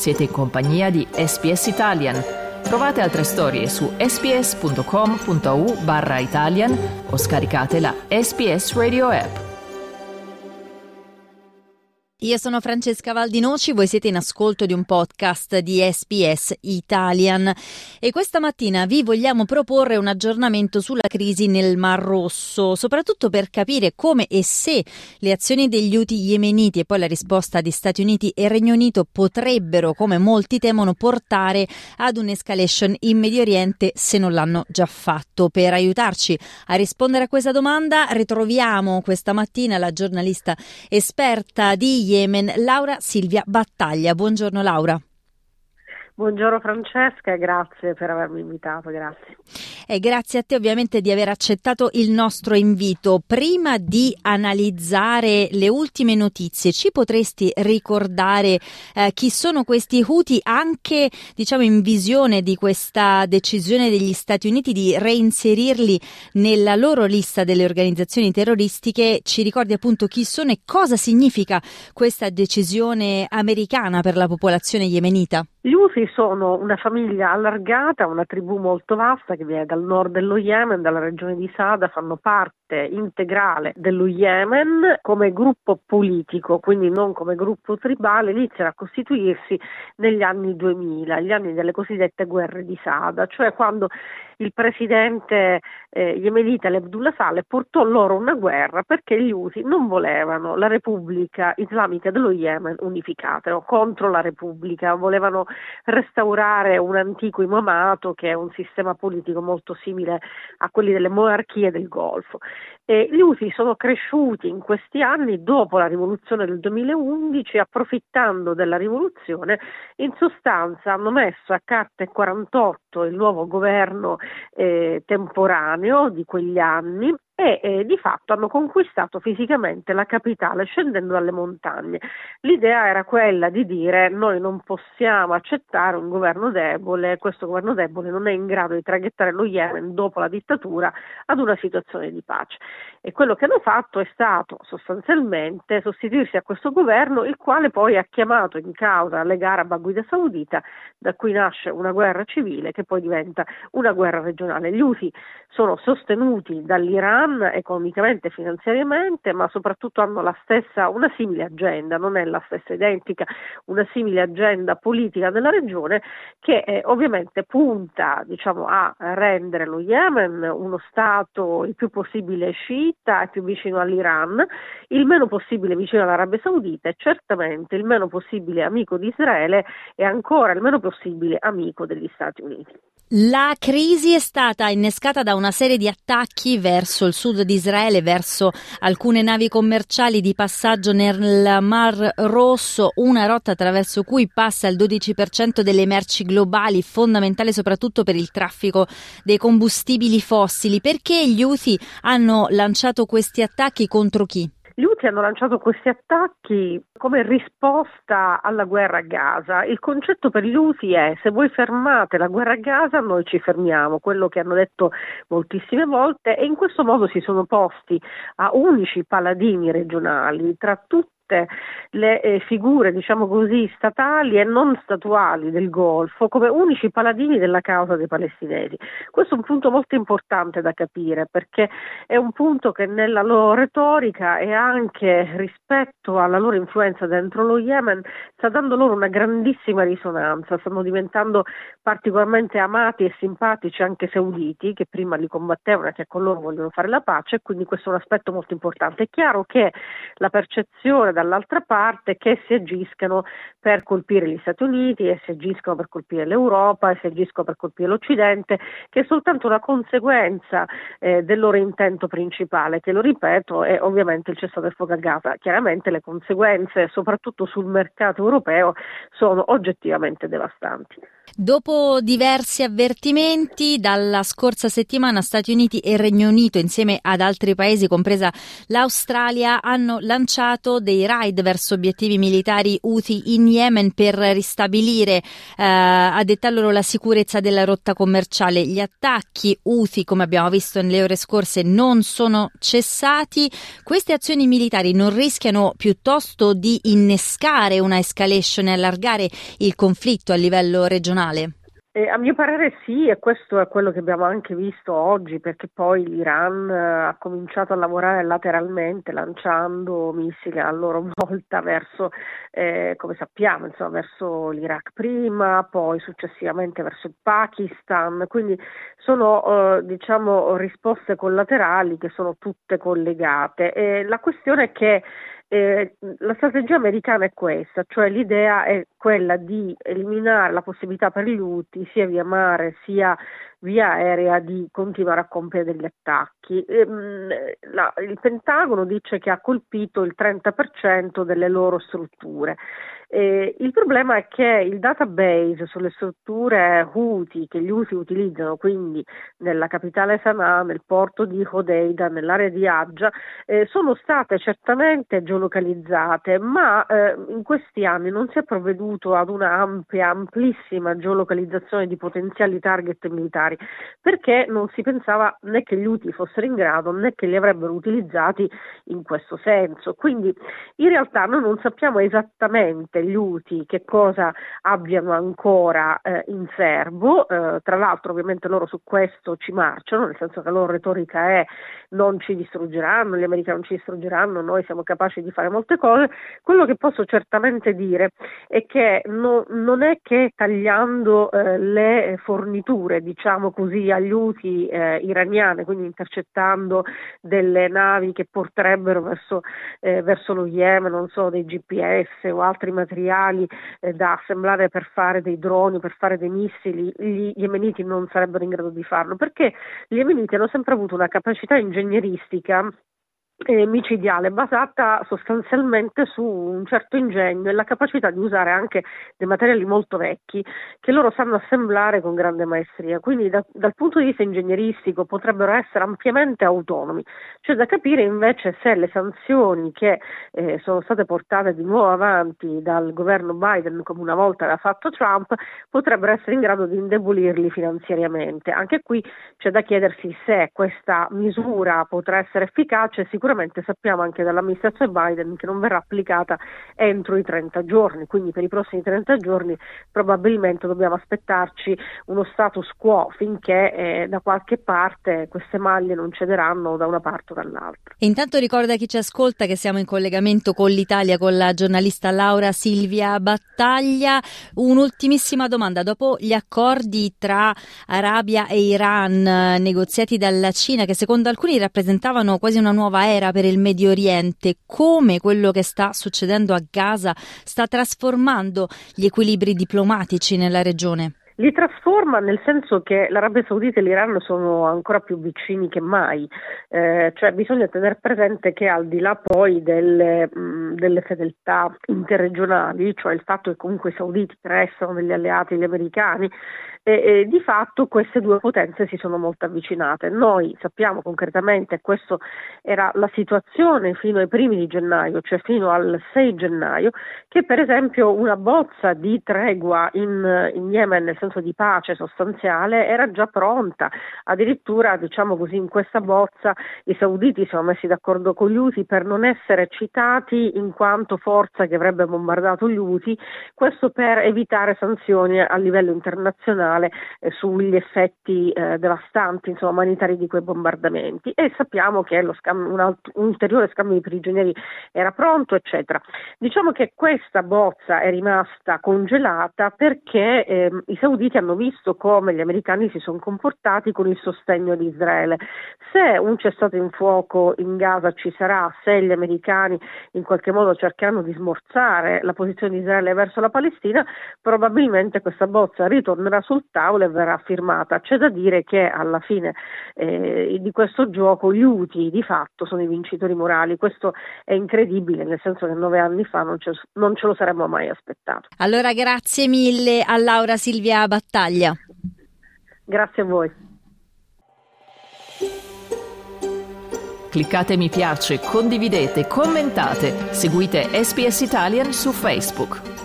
Siete in compagnia di SBS Italian. Trovate altre storie su sbs.com.au/Italian o scaricate la SBS Radio app. Io sono Francesca Valdinoci, voi siete in ascolto di un podcast di SBS Italian e questa mattina vi vogliamo proporre un aggiornamento sulla crisi nel Mar Rosso, soprattutto per capire come e se le azioni degli Houthi yemeniti e poi la risposta di Stati Uniti e Regno Unito potrebbero, come molti temono, portare ad un'escalation in Medio Oriente se non l'hanno già fatto. Per aiutarci a rispondere a questa domanda ritroviamo questa mattina la giornalista esperta di Yemen, Laura Silvia Battaglia. Buongiorno Laura. Buongiorno Francesca e grazie per avermi invitato, grazie. E grazie a te ovviamente di aver accettato il nostro invito. Prima di analizzare le ultime notizie, ci potresti ricordare chi sono questi Houthi, anche in visione di questa decisione degli Stati Uniti di reinserirli nella loro lista delle organizzazioni terroristiche? Ci ricordi appunto chi sono e cosa significa questa decisione americana per la popolazione yemenita? Gli Houthi sono una famiglia allargata, una tribù molto vasta che viene dal nord dello Yemen, dalla regione di Saada, fanno parte integrale dello Yemen come gruppo politico, quindi non come gruppo tribale. Iniziano a costituirsi negli anni 2000, gli anni delle cosiddette guerre di Saada, cioè quando il presidente yemenita Abdullah Saleh portò loro una guerra perché gli Houthi non volevano la Repubblica Islamica dello Yemen unificata, contro la Repubblica, volevano restaurare un antico imamato che è un sistema politico molto simile a quelli delle monarchie del Golfo. E gli Houthi sono cresciuti in questi anni dopo la rivoluzione del 2011, approfittando della rivoluzione, in sostanza hanno messo a carte 48 il nuovo governo temporaneo di quegli anni e di fatto hanno conquistato fisicamente la capitale scendendo dalle montagne. L'idea era quella di dire: noi non possiamo accettare un governo debole, questo governo debole non è in grado di traghettare lo Yemen dopo la dittatura ad una situazione di pace. E quello che hanno fatto è stato sostanzialmente sostituirsi a questo governo, il quale poi ha chiamato in causa la Lega Araba a guida saudita, da cui nasce una guerra civile che poi diventa una guerra regionale. Gli Houthi sono sostenuti dall'Iran economicamente e finanziariamente, ma soprattutto hanno una simile agenda, non è la stessa identica, una simile agenda politica della regione che ovviamente punta a rendere lo Yemen uno stato il più possibile sciita e più vicino all'Iran, il meno possibile vicino all'Arabia Saudita e certamente il meno possibile amico di Israele e ancora il meno possibile amico degli Stati Uniti. La crisi è stata innescata da una serie di attacchi verso il sud di Israele, verso alcune navi commerciali di passaggio nel Mar Rosso, una rotta attraverso cui passa il 12% delle merci globali, fondamentale soprattutto per il traffico dei combustibili fossili. Perché gli Houthi hanno lanciato questi attacchi contro chi? Gli Houthi hanno lanciato questi attacchi come risposta alla guerra a Gaza. Il concetto per gli Houthi è: se voi fermate la guerra a Gaza, noi ci fermiamo, quello che hanno detto moltissime volte, e in questo modo si sono posti a unici paladini regionali tra tutti le figure statali e non statuali del Golfo come unici paladini della causa dei palestinesi. Questo è un punto molto importante da capire, perché è un punto che nella loro retorica e anche rispetto alla loro influenza dentro lo Yemen sta dando loro una grandissima risonanza. Stanno diventando particolarmente amati e simpatici anche i sauditi, che prima li combattevano e che con loro vogliono fare la pace, e quindi questo è un aspetto molto importante. È chiaro che la percezione dall'altra parte che si agiscano per colpire gli Stati Uniti e si agiscono per colpire l'Europa e si agiscono per colpire l'Occidente, che è soltanto una conseguenza del loro intento principale, che, lo ripeto, è ovviamente il cessate il fuoco a Gaza. Chiaramente le conseguenze, soprattutto sul mercato europeo, sono oggettivamente devastanti. Dopo diversi avvertimenti, dalla scorsa settimana Stati Uniti e Regno Unito, insieme ad altri paesi, compresa l'Australia, hanno lanciato dei raid verso obiettivi militari Houthi in Yemen per ristabilire, a detta loro, la sicurezza della rotta commerciale. Gli attacchi Houthi, come abbiamo visto nelle ore scorse, non sono cessati. Queste azioni militari non rischiano piuttosto di innescare una escalation e allargare il conflitto a livello regionale? A mio parere sì, e questo è quello che abbiamo anche visto oggi, perché poi l'Iran ha cominciato a lavorare lateralmente, lanciando missili a loro volta verso, come sappiamo, insomma, verso l'Iraq prima, poi successivamente verso il Pakistan, quindi sono risposte collaterali che sono tutte collegate. E la questione è che la strategia americana è questa, cioè l'idea è quella di eliminare la possibilità per gli Houthi, sia via mare sia via aerea, di continuare a compiere degli attacchi. Il Pentagono dice che ha colpito il 30% delle loro strutture. Il problema è che il database sulle strutture Houthi che gli Houthi utilizzano, quindi nella capitale Sana'a, nel porto di Hodeida, nell'area di Hajj, sono state certamente geolocalizzate, ma in questi anni non si è provveduto ad una amplissima geolocalizzazione di potenziali target militari, perché non si pensava né che gli Houthi fossero in grado né che li avrebbero utilizzati in questo senso. Quindi in realtà noi non sappiamo esattamente gli Houthi che cosa abbiano ancora in serbo. Tra l'altro ovviamente loro su questo ci marciano, nel senso che la loro retorica è: non ci distruggeranno, gli americani non ci distruggeranno, noi siamo capaci di fare molte cose. Quello che posso certamente dire è che non è che tagliando le forniture, diciamo così, agli Houthi iraniane, quindi intercettando delle navi che porterebbero verso lo Yemen, non so, dei GPS o altri materiali da assemblare per fare dei droni, per fare dei missili, gli yemeniti non sarebbero in grado di farlo, perché gli yemeniti hanno sempre avuto una capacità ingegneristica micidiale, basata sostanzialmente su un certo ingegno e la capacità di usare anche dei materiali molto vecchi che loro sanno assemblare con grande maestria. Quindi dal punto di vista ingegneristico potrebbero essere ampiamente autonomi. C'è da capire invece se le sanzioni che sono state portate di nuovo avanti dal governo Biden, come una volta aveva fatto Trump, potrebbero essere in grado di indebolirli finanziariamente. Anche qui c'è da chiedersi se questa misura potrà essere efficace. Sicuramente sappiamo anche dall'amministrazione Biden che non verrà applicata entro i 30 giorni, quindi per i prossimi 30 giorni probabilmente dobbiamo aspettarci uno status quo finché da qualche parte queste maglie non cederanno da una parte o dall'altra. Intanto ricorda a chi ci ascolta che siamo in collegamento con l'Italia con la giornalista Laura Silvia Battaglia. Un'ultimissima domanda: dopo gli accordi tra Arabia e Iran negoziati dalla Cina, che secondo alcuni rappresentavano quasi una nuova era per il Medio Oriente, come quello che sta succedendo a Gaza sta trasformando gli equilibri diplomatici nella regione? Li trasforma, nel senso che l'Arabia Saudita e l'Iran sono ancora più vicini che mai, cioè bisogna tenere presente che al di là poi delle fedeltà interregionali, cioè il fatto che comunque i sauditi restano degli alleati degli americani, di fatto queste due potenze si sono molto avvicinate. Noi sappiamo concretamente, questa era la situazione fino ai primi di gennaio, cioè fino al 6 gennaio, che per esempio una bozza di tregua in Yemen, nel senso di pace sostanziale, era già pronta. Addirittura, diciamo così, in questa bozza i sauditi si sono messi d'accordo con gli Houthi per non essere citati in quanto forza che avrebbe bombardato gli Houthi, questo per evitare sanzioni a livello internazionale sugli effetti devastanti, insomma, umanitari di quei bombardamenti. E sappiamo che un ulteriore scambio di prigionieri era pronto, eccetera. Diciamo che questa bozza è rimasta congelata perché i sauditi hanno visto come gli americani si sono comportati con il sostegno di Israele. Se un cessate in fuoco in Gaza ci sarà, se gli americani in qualche modo cercheranno di smorzare la posizione di Israele verso la Palestina, probabilmente questa bozza ritornerà sul tavolo e verrà firmata. C'è da dire che alla fine di questo gioco gli Houthi di fatto sono i vincitori morali. Questo è incredibile, nel senso che 9 anni fa non ce lo saremmo mai aspettato. Allora grazie mille a Laura Silvia Battaglia. Grazie a voi. Cliccate mi piace, condividete, commentate, seguite SPS Italian su Facebook.